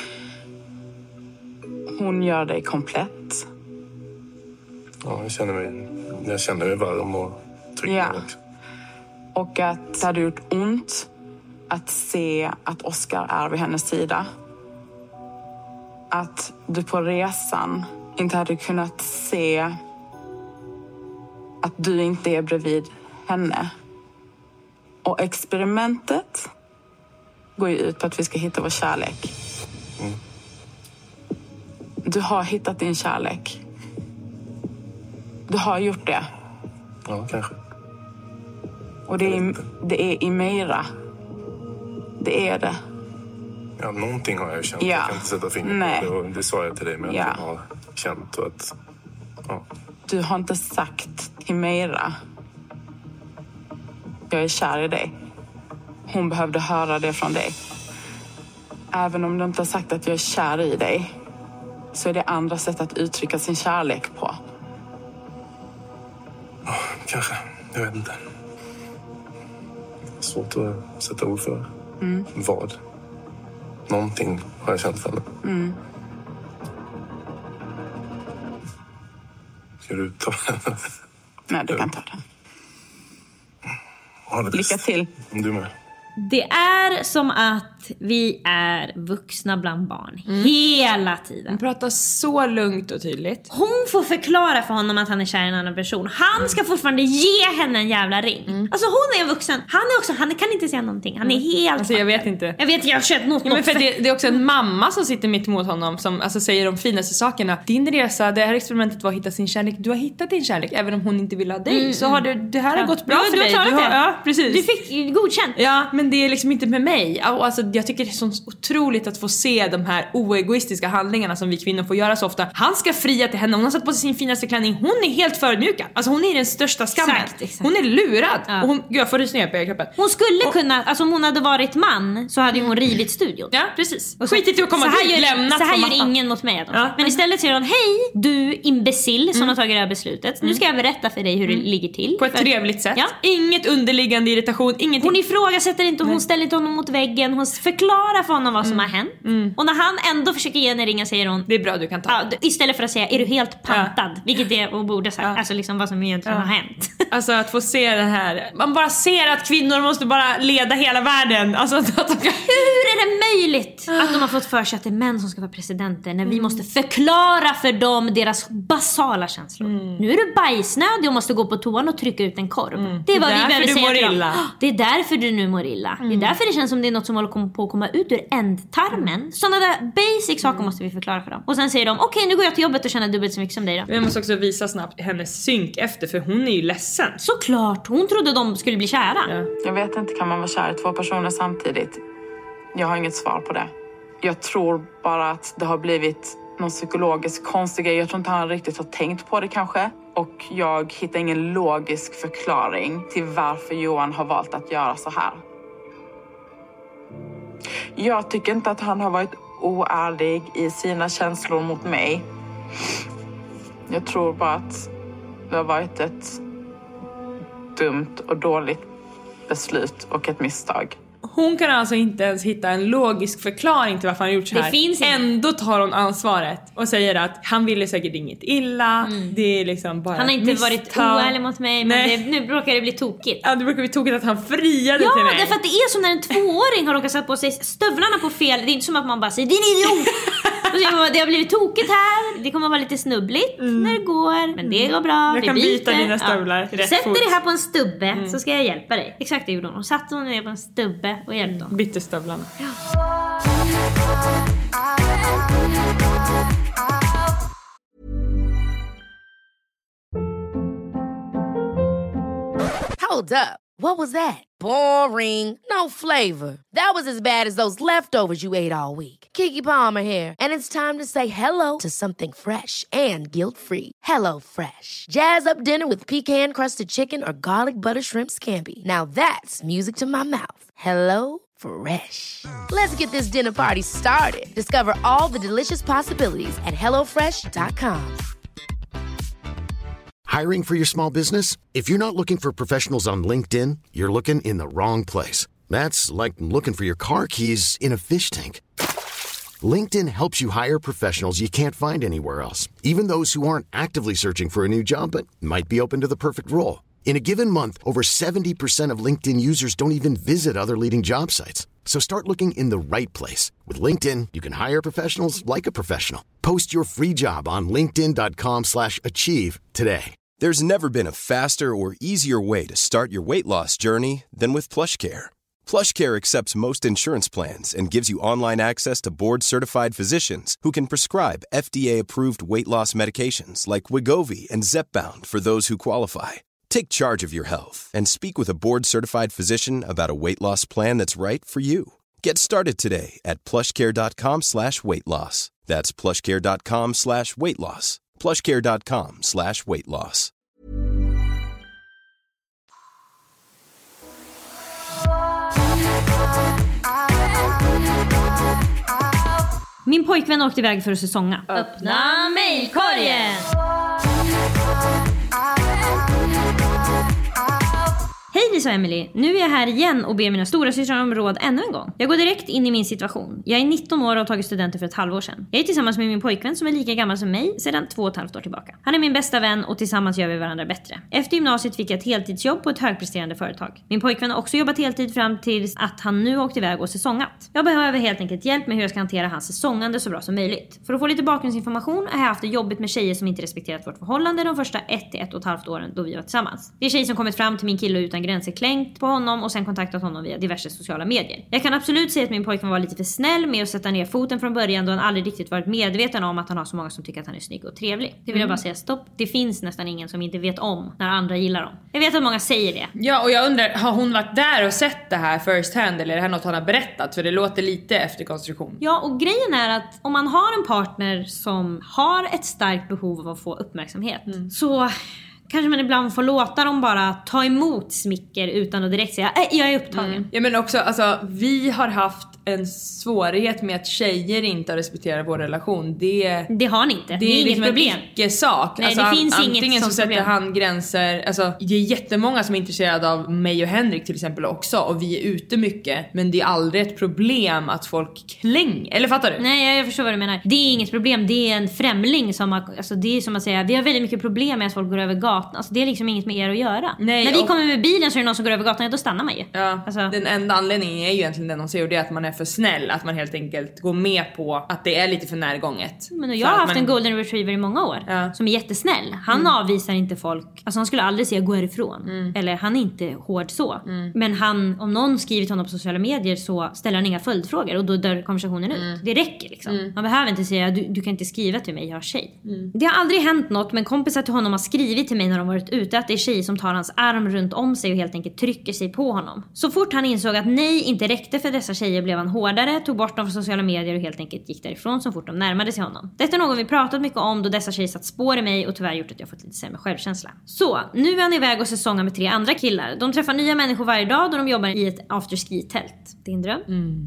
hon gör dig komplett. Ja, jag känner mig, jag känner mig varm och trygg. Ja. Och att det hade gjort ont att se att Oscar är vid hennes sida. Att du på resan inte hade kunnat se att du inte är bredvid henne. Och experimentet går ju ut på att vi ska hitta vår kärlek. Mm. Du har hittat din kärlek. Du har gjort det. Ja, kanske. Och det är, det är i Meira. Det är det. Ja, någonting har jag ju känt. Ja. Jag kan inte sätta fingret Nej. på det. Och det sa jag till dig med att Ja. jag har känt. Och att, ja. Du har inte sagt till Meira: jag är kär i dig. Hon behövde höra det från dig. Även om du inte har sagt att jag är kär i dig, så är det andra sätt att uttrycka sin kärlek på. Ja, kanske. Jag vet inte. Svårt att sätta ord för. Mm. Vad? Någonting har jag känt för henne. Mm. Ska du ta den? Nej, du kan ta den. Ha det bäst. Lycka till. Du med. Det är som att vi är vuxna bland barn mm. hela tiden. Hon pratar så lugnt och tydligt. Hon får förklara för honom att han är kär i en annan person. Han ska fortfarande ge henne en jävla ring. Mm. Alltså hon är en vuxen. Han är också, han kan inte säga någonting. Han är helt... Alltså jag vet inte. Jag vet, jag har kört något. Ja, men för det, det är också en mamma som sitter mitt emot honom som alltså säger de finaste sakerna. Din resa, det här experimentet var att hitta sin kärlek. Du har hittat din kärlek, även om hon inte vill ha dig. Mm. Så har det, det här ja. har gått bra du, för du dig. Har du har, ja, precis. Du fick godkänt. Ja, men det är liksom inte med mig. Alltså jag tycker det är så otroligt att få se de här oegoistiska handlingarna som vi kvinnor får göra så ofta. Han ska fria till henne. Hon har satt på sig sin finaste klänning. Hon är helt förmjukad. Alltså hon är den största skammen. Exakt, exakt. Hon är lurad. Ja. Och hon, jag får rysningar på kroppen. Hon skulle och, kunna, alltså om hon hade varit man så hade hon rivit studion. Ja, precis. Och så, skitigt i att komma dit, lämnat. Så här gör ingen mot mig. Ja. Men istället säger hon: hej, du imbecill som mm. har tagit det här beslutet. Nu ska jag berätta för dig hur mm. det ligger till. På ett för... trevligt sätt. Ja. Inget underliggande irritation, ingenting. Hon ifrågasätter inte, hon Nej. ställer inte honom mot väggen. Hon förklarar för honom vad som mm. har hänt. Mm. Och när han ändå försöker ge henne ringen säger hon: det är bra, du kan ta. Ja, istället för att säga: är du helt pantad? Ja. Vilket det hon borde sagt. Ja. Alltså liksom vad som egentligen ja. har hänt. Alltså att få se den här. Man bara ser att kvinnor måste bara leda hela världen. Alltså att de kan... Hur är det möjligt att de har fått för sig att det är män som ska vara presidenter när vi mm. måste förklara för dem deras basala känslor. Mm. Nu är du bajsnödig och måste gå på toan och trycka ut en korv. Mm. Det är vad det är vi behöver säga till dem. Det är därför du nu mår illa. Mm. Det är därför det känns som det är något som håller på att komma ut ur ändtarmen. Mm. Sådana där basic saker mm. måste vi förklara för dem. Och sen säger de: okej, okay, nu går jag till jobbet och känner dubbelt så mycket som dig då. Vi måste också visa snabbt hennes synk efter, för hon är ju ledsen. Såklart, hon trodde de skulle bli kära. Ja. Jag vet inte, kan man vara kär i två personer samtidigt? Jag har inget svar på det. Jag tror bara att det har blivit någon psykologisk konstig grej. Jag tror inte han riktigt har tänkt på det kanske. Och jag hittar ingen logisk förklaring till varför Johan har valt att göra så här. Jag tycker inte att han har varit oärlig i sina känslor mot mig. Jag tror bara att det har varit ett dumt och dåligt beslut och ett misstag. Hon kan alltså inte ens hitta en logisk förklaring till varför han gjort så här. Det finns Ändå tar hon ansvaret och säger att han ville säkert inget illa. Mm. Det är liksom bara han har inte misstag. varit oärlig mot mig. Men det, nu brukar det bli tokigt. Ja, det brukar bli tokigt att han friade ja, till mig. Ja, därför att det är som när en tvååring har råkat sätta på sig stövlarna på fel. Det är inte som att man bara säger: din idiot. Det har blivit tokigt här. Det kommer att vara lite snubbligt mm. när det går. Men det går bra. Jag kan byter. byta dina stövlar ja. rätt Sätter fort. det här på en stubbe mm. så ska jag hjälpa dig. Exakt det gjorde hon. Hon satte hon ner på en stubbe och hjälpte honom. Bytte stövlarna. Ja. Hold up. What was that? Boring. No flavor. That was as bad as those leftovers you ate all week. Keke Palmer here. And it's time to say hello to something fresh and guilt-free. Hello Fresh. Jazz up dinner with pecan-crusted chicken or garlic butter shrimp scampi. Now that's music to my mouth. Hello Fresh. Let's get this dinner party started. Discover all the delicious possibilities at hello fresh dot com. Hiring for your small business? If you're not looking for professionals on LinkedIn, you're looking in the wrong place. That's like looking for your car keys in a fish tank. LinkedIn helps you hire professionals you can't find anywhere else, even those who aren't actively searching for a new job but might be open to the perfect role. In a given month, over seventy percent of LinkedIn users don't even visit other leading job sites. So start looking in the right place. With LinkedIn, you can hire professionals like a professional. Post your free job on linkedin dot com slash achieve today. There's never been a faster or easier way to start your weight loss journey than with PlushCare. PlushCare accepts most insurance plans and gives you online access to board-certified physicians who can prescribe F D A-approved weight loss medications like Wegovy and Zepbound for those who qualify. Take charge of your health and speak with a board-certified physician about a weight loss plan that's right for you. Get started today at plushcare.com slash weight loss. That's plushcare.com slash weight loss. plushcare.com slash weight loss. Min pojkvän åkte iväg för att säsonga. Öppna mejlkorgen! Hej Lisa och Emily, nu är jag här igen och ber mina stora systrar om råd ännu en gång. Jag går direkt in i min situation. Jag är nitton år och har tagit studenter för ett halvår sedan. Jag är tillsammans med min pojkvän som är lika gammal som mig sedan två och ett halvt år tillbaka. Han är min bästa vän och tillsammans gör vi varandra bättre. Efter gymnasiet fick jag ett heltidsjobb på ett högpresterande företag. Min pojkvän har också jobbat heltid fram tills att han nu åkt iväg och säsongat. Jag behöver helt enkelt hjälp med hur jag ska hantera hans säsongande så bra som möjligt. För att få lite bakgrundsinformation har jag haft det jobbigt med tjejer som inte respekterat vårt förhållande de första ett till ett och ett halvt åren då vi var tillsammans. Det är tjejer som kommit fram till min kille utan gränser, klängt på honom och sen kontaktat honom via diverse sociala medier. Jag kan absolut säga att min pojkvän var lite för snäll med att sätta ner foten från början då han aldrig riktigt varit medveten om att han har så många som tycker att han är snygg och trevlig. Det vill mm. jag bara säga stopp. Det finns nästan ingen som inte vet om när andra gillar dem. Jag vet att många säger det. Ja, och jag undrar, har hon varit där och sett det här first hand eller är det här något han har berättat? För det låter lite efter konstruktion. Ja, och grejen är att om man har en partner som har ett starkt behov av att få uppmärksamhet mm. så kanske man ibland får låta dem bara ta emot smicker utan att direkt säga äh, jag är upptagen. Mm. Ja, men också, alltså, vi har haft en svårighet med att tjejer inte respekterar vår relation. Det, det har ni inte. Det, det är inget liksom problem. Det är sak. Nej, alltså, det finns an, inget antingen så sätter problem. han gränser. Alltså, det är jättemånga som är intresserade av mig och Henrik till exempel också. Och vi är ute mycket. Men det är aldrig ett problem att folk klänger. Eller fattar du? Nej, jag förstår vad du menar. Det är inget problem. Det är en främling som har, alltså, det är som att säga, vi har väldigt mycket problem med att folk går över gatan. Alltså, det är liksom inget med er att göra. Nej, när vi och... kommer med bilen så är det någon som går över gatan, då stannar man ju. Ja, alltså. Den enda anledningen är ju egentligen den de säger, och det är att man är för snäll. Att man helt enkelt går med på att det är lite för närgånget. Men jag har haft man... en golden retriever i många år ja. Som är jättesnäll. Han mm. avvisar inte folk. Alltså han skulle aldrig säga gå härifrån. Mm. Eller han är inte hård så. Mm. Men han, om någon skriver till honom på sociala medier så ställer han inga följdfrågor och då dör konversationen mm. ut. Det räcker liksom. Mm. Man behöver inte säga du, du kan inte skriva till mig, jag har tjej. Mm. Det har aldrig hänt något, men kompisar till honom har skrivit till mig när de varit ute att det är tjej som tar hans arm runt om sig och helt enkelt trycker sig på honom. Så fort han insåg att nej inte räckte för dessa tjejer blev han hårdare, tog bort dem från sociala medier och helt enkelt gick därifrån så fort de närmade sig honom. Detta är något vi pratat mycket om då dessa tjejer satt spår i mig och tyvärr gjort att jag fått lite sämre självkänsla. Så, nu är han iväg och säsongar med tre andra killar. De träffar nya människor varje dag då de jobbar i ett afterski-tält. Din dröm? Mm.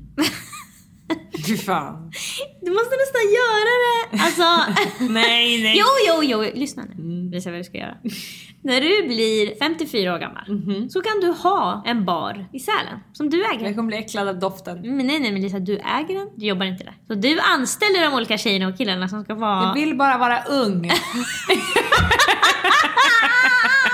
Fy fan. Du måste nästan göra det. Alltså. nej, nej. Jo, jo, jo. Lyssna nu. Mm. Visa vad du ska göra. När du blir femtiofyra år gammal mm-hmm. så kan du ha en bar i Sälen som du äger. Jag kommer bli äcklad av doften. Men nej, nej, men Lisa, du äger den. Du jobbar inte där. Så du anställer de olika tjejerna och killarna som ska vara... Jag vill bara vara ung.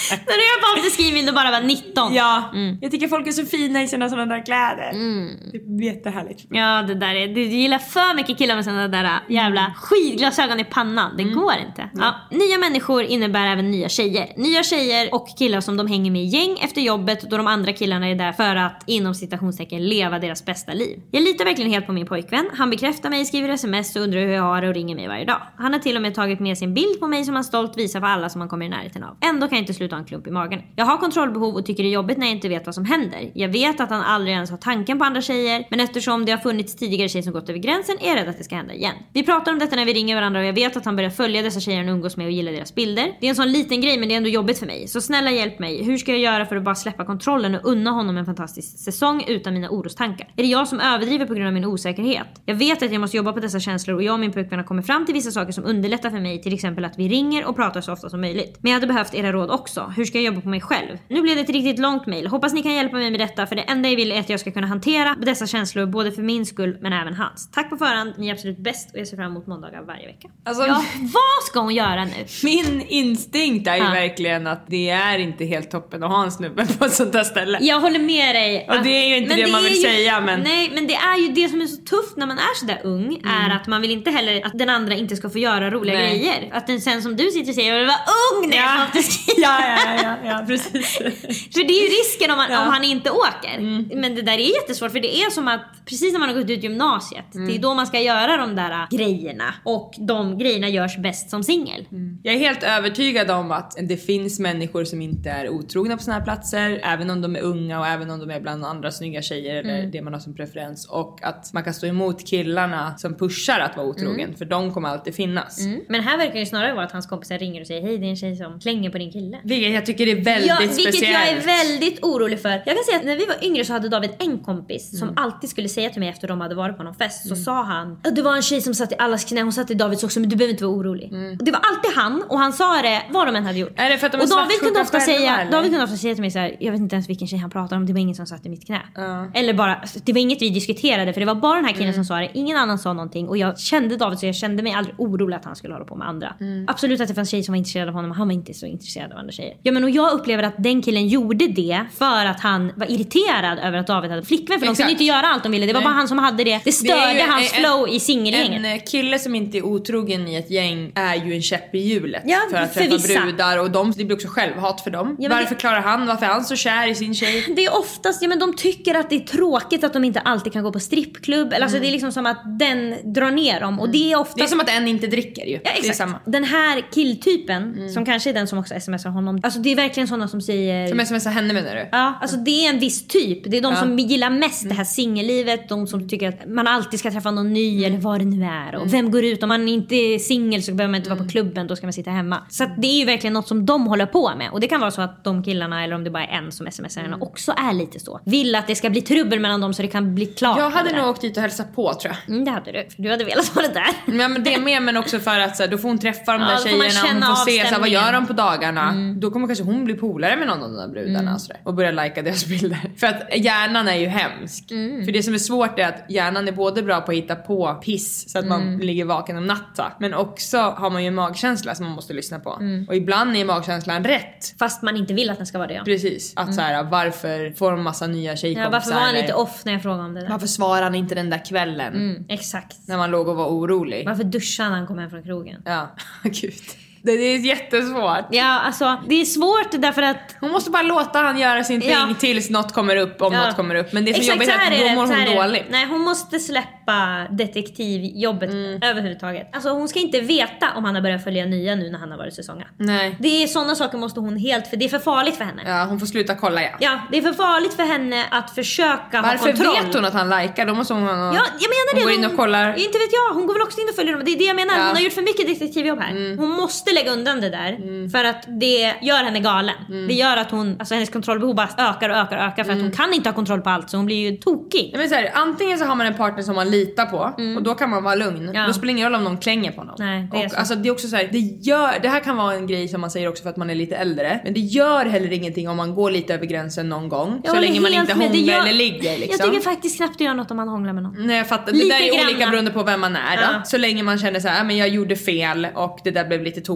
När jag var på afterski vill du bara vara nitton. Ja, mm. jag tycker folk är så fina i sina sådana där kläder. Mm. Det är jättehärligt. Ja, det där är, du, du gillar för mycket killar med sådana där jävla skidglasögon i pannan. Det mm. går inte. Mm. Ja. Nya människor innebär även nya tjejer. Nya tjejer och killar som de hänger med i gäng efter jobbet, då de andra killarna är där för att inom citationstecken leva deras bästa liv. Jag litar verkligen helt på min pojkvän. Han bekräftar mig, skriver sms och undrar hur jag har det och ringer mig varje dag. Han har till och med tagit med sin bild på mig som han stolt visar för alla som han kommer i närheten av. Ändå kan jag inte sluta ha en klump i magen. Jag har kontrollbehov och tycker det är jobbigt när jag inte vet vad som händer. Jag vet att han aldrig ens har tanken på andra tjejer, men eftersom det har funnits tidigare tjejer som gått över gränsen är jag rädd att det ska hända igen. Vi pratar om detta när vi ringer varandra och jag vet att han börjar följa dessa tjejer och umgås med och gilla deras bilder. Det är en sån liten grej, men det är ändå jobbigt för mig. Så snälla hjälp mig. Hur ska jag göra för att bara släppa kontrollen och unna honom en fantastisk säsong utan mina orostankar? Är det jag som överdriver på grund av min osäkerhet? Jag vet att jag måste jobba på dessa känslor och jag och min pojkvän har kommit fram till vissa saker som underlättar för mig, till exempel att vi ringer och pratar så ofta som möjligt. Men jag hade behövt era råd också. Hur ska jag jobba på mig själv? Nu blev det ett riktigt långt mejl. Hoppas ni kan hjälpa mig med detta, för det enda jag vill är att jag ska kunna hantera dessa känslor både för min skull men även hans. Tack på förhand, ni är absolut bäst och jag ser fram emot måndagar varje vecka. Alltså, ja, vad ska hon göra nu? Min instinkt är ju ja. verkligen att det är inte helt toppen att ha en snubbe på ett sånt där ställe. Jag håller med dig. Och det är ju inte det, det man vill ju, säga men... Nej, men det är ju det som är så tufft när man är så där ung mm. är att man vill inte heller att den andra inte ska få göra roliga nej. grejer. Att den sen som du sitter och säger jag vill vara ung när ja. jag ja, ja, ja, ja, precis. För det är ju risken om, man, ja. om han inte åker. Mm. Men det där är jättesvårt, för det är som att precis när man har gått ut gymnasiet mm. det är då man ska göra de där grejerna. Och de grejerna görs bäst som singel. Mm. Jag är helt övertygad om att det finns människor som inte är otrogna på såna här platser, även om de är unga och även om de är bland andra snygga tjejer eller mm. det man har som preferens. Och att man kan stå emot killarna som pushar att vara otrogen, mm. för de kommer alltid finnas. Mm. Men här verkar det snarare vara att hans kompisar ringer och säger hej, det är en tjej som klänger på din kille. Vilket jag tycker är väldigt ja, vilket speciellt. Vilket jag är väldigt orolig för. Jag kan säga att när vi var yngre så hade David en kompis mm. som alltid skulle säga till mig efter de hade varit på någon fest, så mm. sa han, det var en tjej som satt i allas knä, hon satt i Davids också, men du behöver inte vara orolig. Mm. Det var alltid han, och han sa det vad de än hade gjort. Är det för att de är och David kunde ofta säga eller? David kunde ofta säga till mig så här, jag vet inte ens vilken tjej han pratar om, det var ingen som satt i mitt knä. Uh. Eller bara, det var inget vi diskuterade, för det var bara den här killen mm. som sa det, ingen annan sa någonting, och jag kände David så jag kände mig aldrig orolig att han skulle hålla på med andra. Mm. Absolut att det fanns tjejer som var intresserade av honom, men han var inte så intresserad av andra tjejer. Ja, men och jag upplever att den killen gjorde det för att han var irriterad över att David hade flickvän, för exakt. De kunde inte göra allt de ville. Det var Nej. bara han som hade det. Det störde det hans en, flow i singelgänget. En kille som inte är otrogen i ett gäng är ju en käpp i hjulet ja, för att för träffa vissa. brudar, och de, det blir också självhat för dem. Ja, varför det, klarar han? Varför är han så kär i sin tjej? Det är oftast, ja men de tycker att det är tråkigt att de inte alltid kan gå på strippklubb. Eller, mm. alltså det är liksom som att den drar ner dem. Och det är oftast... Det är som att en inte dricker ju. Ja, exakt. Det är samma. Den här killtypen, mm. som kanske är den som också smsar honom. Alltså det är verkligen sådana som säger... Som smsar henne, menar du? Ja, alltså det är en viss typ. Det är de ja. som gillar mest mm. det här singellivet. De som tycker att man alltid ska träffa någon ny mm. eller vad det nu är. Och mm. vem går ut? Om man inte är singel så behöver man inte mm. vara på klubben. Då ska man sitta hemma. Så att det är ju verkligen något som de håller på med. Och det kan vara så att de killarna, eller om det bara är en som smsar henne, mm. också är lite så. Vill att det ska bli trubbel mellan dem så det kan bli klart. Jag hade nog åkt dit och hälsat på, tror jag. Mm, det hade du. Du hade velat vara det där. Ja, men det är med, men också för att så här, då får hon träffa de där ja, tjejerna. Hon får se så här, vad gör de på dagarna. Mm. Då kommer kanske hon bli polare med någon av de där brudarna mm. och, så där, och börja lajka deras bilder. För att hjärnan är ju hemsk. Mm. För det som är svårt är att hjärnan är både bra på att hitta på piss så att mm. man ligger vaken om natta, men också har man ju en magkänsla som man måste lyssna på. Mm. Och ibland är magkänslan rätt. Fast man inte vill att den ska vara det. Ja. Precis. Att mm. så här, varför får de massa nya tjejkompisar? Ja, varför var han lite off när jag frågade om det där? Varför svarar han inte den där kvällen? Mm, exakt. När man låg och var orolig. Varför duschade han kom hem från krogen? Ja, gud. Det är jättesvårt. Ja, alltså det är svårt därför att hon måste bara låta han göra sin ting ja. tills något kommer upp, om ja. något kommer upp. Men det är så jobbigt att då mår hon dåligt. Nej, hon måste släppa detektivjobbet mm. överhuvudtaget. Alltså hon ska inte veta om han har börjat följa nya nu när han har varit säsonga. Nej. Det är sådana saker måste hon helt, för det är för farligt för henne. Ja, hon får sluta kolla, ja. Ja, det är för farligt för henne att försöka Varför ha kontroll. Varför vet hon att han likar? Då måste hon, ja, jag menar hon det. går in och kollar. Inte vet jag, hon går väl också in och följer dem. Det är det jag menar, ja. Hon har gjort för mycket detektivjobb här. Mm. Hon måste lägga undan det där. Mm. För att det gör henne galen. Mm. Det gör att hon, alltså hennes kontrollbehov bara ökar och ökar och ökar. För mm. att hon kan inte ha kontroll på allt, så hon blir ju tokig. Jag menar så här, antingen så har man en partner som man litar på mm. och då kan man vara lugn. Ja. Då spelar ingen roll om någon klänger på någon. Nej, det, är och, alltså, det är också så här, det, gör, det här kan vara en grej som man säger också för att man är lite äldre. Men det gör heller ingenting om man går lite över gränsen någon gång. Jag så länge man inte hånglar gör, eller ligger liksom. Jag tycker faktiskt knappt det gör något om man hånglar med någon. Nej, jag fattar. Lite det där är granna. Olika beroende på vem man är då. Ja. Så länge man känner så här, men jag gjorde fel och det där blev lite tokigt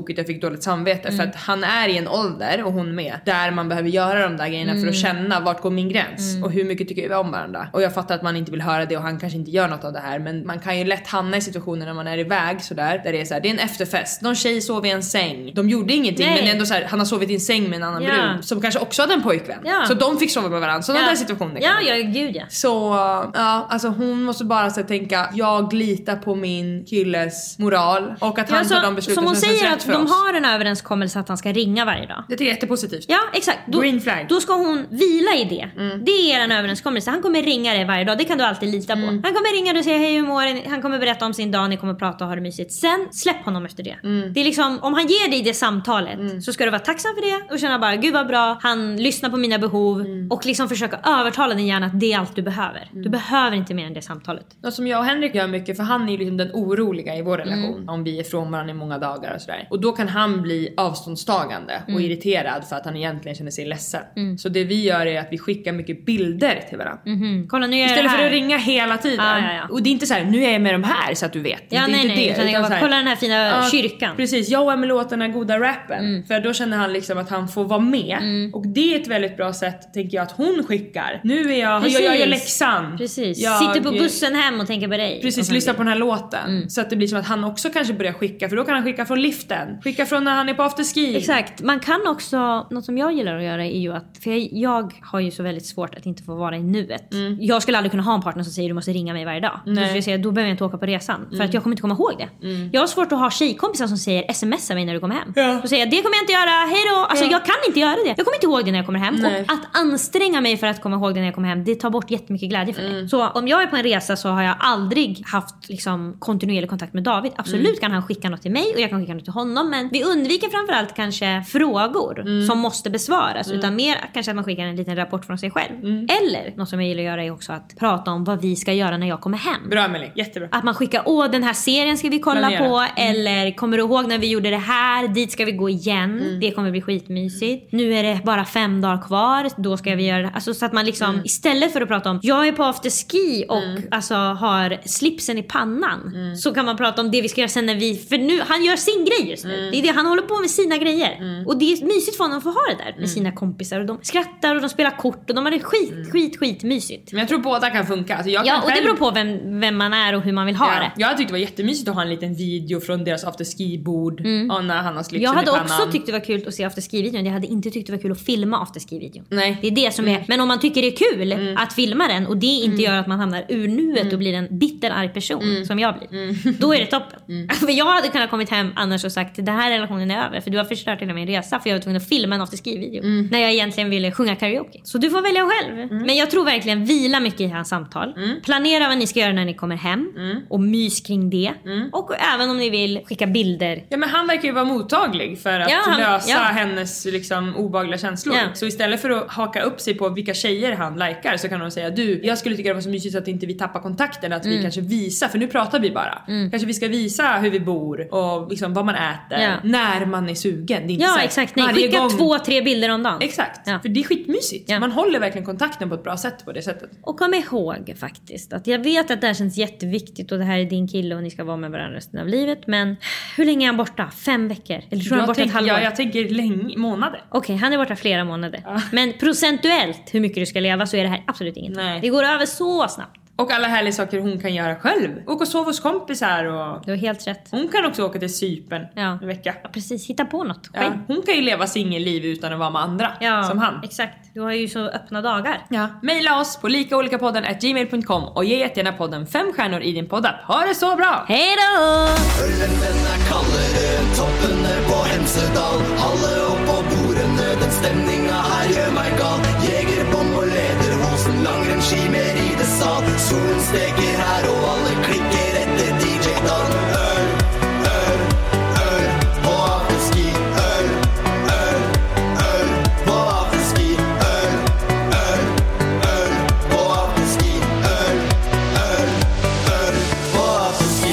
tokigt, jag fick dåligt samvete. Mm. För att han är i en ålder, och hon med, där man behöver göra de där grejerna mm. för att känna vart går min gräns. Mm. Och hur mycket tycker vi om varandra. Och jag fattar att man inte vill höra det, och han kanske inte gör något av det här. Men man kan ju lätt hamna i situationer när man är iväg sådär, där det är så här, det är en efterfest. Någon tjej sov i en säng. De gjorde ingenting. Nej. Men det är ändå så här, han har sovit i en säng med en annan ja. brud som kanske också hade en pojkvän. Ja. Så de fick sova med varandra. Sådana ja. där situationer. Ja, ja, gud ja. Så ja, alltså hon måste bara så tänka, jag litar på min killes moral och att han ja, tar de besluten som hon som säger rätt att för de oss. har en överenskommelse att han ska ringa varje dag. Det tycker jag är jättepositivt. Ja, exakt. Då, Green flag. Då ska hon vila i det. Mm. Det är en överenskommelse. Han kommer ringa dig varje dag. Det kan du alltid lita på. Mm. Han kommer ringa dig och säga hej, hur mår ni? Han kommer berätta om sin dag, ni kommer prata och ha det mysigt. Sen släpp honom efter det. Mm. Det är liksom, om han ger dig det samtalet mm. så ska du vara tacksam för det och känna bara, gud vad bra, han lyssnar på mina behov mm. och liksom försöka övertala din hjärna att det är allt du behöver. Mm. Du behöver inte mer än det samtalet. Något som jag och Henrik gör mycket, för han är liksom den oroliga i vår relation mm. om vi är från varandra i många dagar och sådär. Och då kan han bli avståndstagande mm. och irriterad för att han egentligen känner sig ledsen. Mm. Så det vi gör är att vi skickar mycket bilder till varandra. Mm-hmm. Kolla, nu gör istället det för att ringa hela tiden. Ah, ja, ja. Och det är inte så här, nu är jag med de här så att du vet. Ja, det är nej, inte nej, det. utan jag bara, här, kolla den här fina ja, kyrkan. Precis, jag och Emil låter den här goda rappen. Mm. För då känner han liksom att han får vara med. Mm. Och det är ett väldigt bra sätt, tänker jag, att hon skickar. Nu är jag, precis. jag, jag gör läxan. Precis, jag, sitter på bussen hem och tänker på dig. Precis, lyssna på den här låten. Mm. Så att det blir som att han också kanske börjar skicka. För då kan han skicka från liften. Skicka från när han är på afterski. Exakt, man kan också, något som jag gillar att göra är ju att, för jag, jag har ju så väldigt svårt att inte få vara i nuet. Mm. Jag skulle aldrig kunna ha en partner som säger du måste ringa mig varje dag. Nej. Då, skulle jag säga, då behöver jag inte åka på resan. För mm. att jag kommer inte komma ihåg det. Mm. Jag har svårt att ha tjejkompisar som säger smsa mig när du kommer hem. Ja. Då säger jag, det kommer jag inte göra, hej då. Alltså ja. jag kan inte göra det. Jag kommer inte ihåg det när jag kommer hem. Nej. Och att anstränga mig för att komma ihåg det när jag kommer hem, det tar bort jättemycket glädje för mig. Mm. Så om jag är på en resa så har jag aldrig haft liksom kontinuerlig kontakt med David. Absolut mm. kan han skicka något till mig och jag kan skicka något till honom. Men vi undviker framförallt kanske frågor mm. som måste besvaras. Mm. Utan mer kanske att man skickar en liten rapport från sig själv. Mm. Eller, något som jag gillar att göra är också att prata om vad vi ska göra när jag kommer hem. Bra, Emelie, jättebra. Att man skickar, åh den här serien ska vi kolla Planera. på. Mm. Eller, kommer du ihåg när vi gjorde det här? Dit ska vi gå igen. Mm. Det kommer bli skitmysigt. Nu är det bara fem dagar kvar. Då ska vi göra det. Alltså så att man liksom, mm. istället för att prata om jag är på afterski och mm. alltså har slipsen i pannan. Mm. Så kan man prata om det vi ska göra sen när vi, för nu, han gör sin grej just nu. Mm. Det är det, han håller på med sina grejer. Mm. Och det är mysigt för honom att få ha det där med mm. sina kompisar. Och de skrattar och de spelar kort och de har det skit, mm. skit, skit mysigt. Men jag tror båda kan funka. Alltså jag kan ja, och själv... det beror på vem, vem man är och hur man vill ha ja. det. Jag tyckte det var jättemysigt att ha en liten video från deras afterski-bord. Mm. Och när han har slipsen jag hade i pannan. också tyckt det var kul att se afterski-videon. Jag hade inte tyckt det var kul att filma afterski-videon. Nej. Det är det som mm. är. Men om man tycker det är kul mm. att filma den och det inte mm. gör att man hamnar ur nuet mm. och blir en bitter arg person mm. som jag blir. Mm. Då är det toppen. Mm. För jag hade kunnat kommit hem annars och sagt den här relationen är över. För du har förstört hela min resa. För jag var tvungen att filma en afterski-video. Mm. När jag egentligen ville sjunga karaoke. Så du får välja själv. Mm. Men jag tror verkligen vila mycket i hans samtal. Mm. Planera vad ni ska göra när ni kommer hem. Mm. Och mys kring det. Mm. Och även om ni vill skicka bilder. Ja, men han verkar ju vara mottaglig för att ja, han, lösa ja. hennes liksom obehagliga känslor. Ja. Så istället för att haka upp sig på vilka tjejer han likar så kan hon säga du, jag skulle tycka det var så mysigt att inte vi tappar kontakten. Att mm. vi kanske visar, för nu pratar vi bara. Mm. Kanske vi ska visa hur vi bor och liksom vad man äter. Ja. När man är sugen. Det är inte ja, så här, exakt. Nej, skicka gång... två, tre bilder om dagen. Exakt. Ja. För det är skitmysigt. Ja. Man håller verkligen kontakten på ett bra sätt på det sättet. Och kom ihåg faktiskt att jag vet att det här känns jätteviktigt och det här är din kille och ni ska vara med varandra resten av livet. Men hur länge är han borta? Fem veckor? Eller tror jag han borta tänk, ett halvår? Ja, jag tänker länge, månader. Okej, okay, han är borta flera månader. Ja. Men procentuellt hur mycket du ska leva så är det här absolut inget. Nej. Det går över så snabbt. Och alla härliga saker hon kan göra själv. Åka och sova hos kompisar och... Du har helt rätt. Hon kan också åka till Cypern ja. en vecka. Ja, precis. Hitta på något själv. Ja. Hon kan ju leva singelliv utan att vara med andra. Ja, som han. Exakt. Du har ju så öppna dagar. Ja. Maila oss på likaolikapodden at gmail punkt com och ge jättegärna podden fem stjärnor i din poddapp. Ha det så bra! Hej då! Øllen den er kaldere, toppene på Hemsedal. Alle opp på bordene, den stemninga her gjør meg gal. Jegerbom og lederhosen, langrennsski med ridesal. Solen steker her og alle klikker etter D J-dal. Øl, øl, øl på afterski. Øl, øl, øl på afterski. Øl, øl, øl på afterski. Øl, øl, øl på afterski.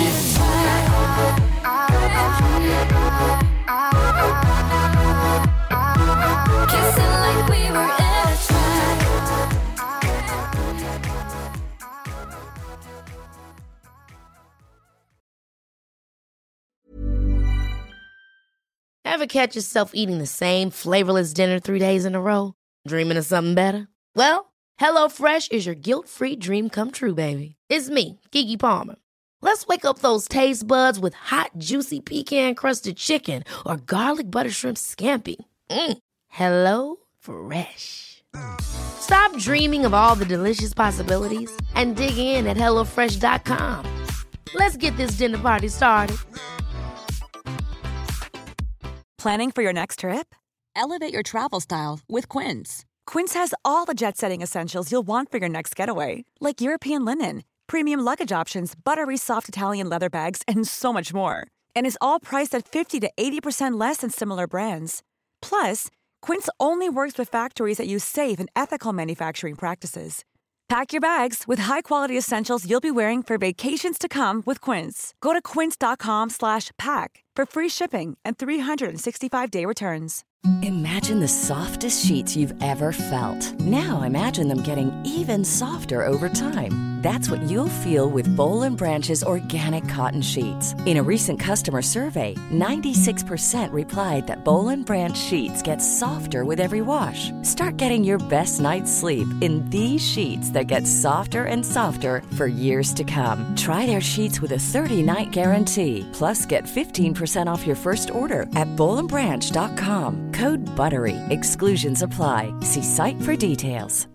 Kissing like we were in a trap. Ever catch yourself eating the same flavorless dinner three days in a row? Dreaming of something better? Well, HelloFresh is your guilt-free dream come true, baby. It's me, Keke Palmer. Let's wake up those taste buds with hot, juicy pecan-crusted chicken or garlic butter shrimp scampi. Mm. Hello Fresh. Stop dreaming of all the delicious possibilities and dig in at hello fresh dot com. Let's get this dinner party started. Planning for your next trip? Elevate your travel style with Quince. Quince has all the jet-setting essentials you'll want for your next getaway, like European linen, premium luggage options, buttery soft Italian leather bags, and so much more. And is all priced at fifty to eighty percent less than similar brands. Plus, Quince only works with factories that use safe and ethical manufacturing practices. Pack your bags with high-quality essentials you'll be wearing for vacations to come with Quince. Go to quince.com slash pack for free shipping and three sixty-five day returns. Imagine the softest sheets you've ever felt. Now imagine them getting even softer over time. That's what you'll feel with Boll and Branch's organic cotton sheets. In a recent customer survey, ninety-six percent replied that Boll and Branch sheets get softer with every wash. Start getting your best night's sleep in these sheets that get softer and softer for years to come. Try their sheets with a thirty-night guarantee. Plus, get fifteen percent off your first order at boll and branch dot com. Code BUTTERY. Exclusions apply. See site for details.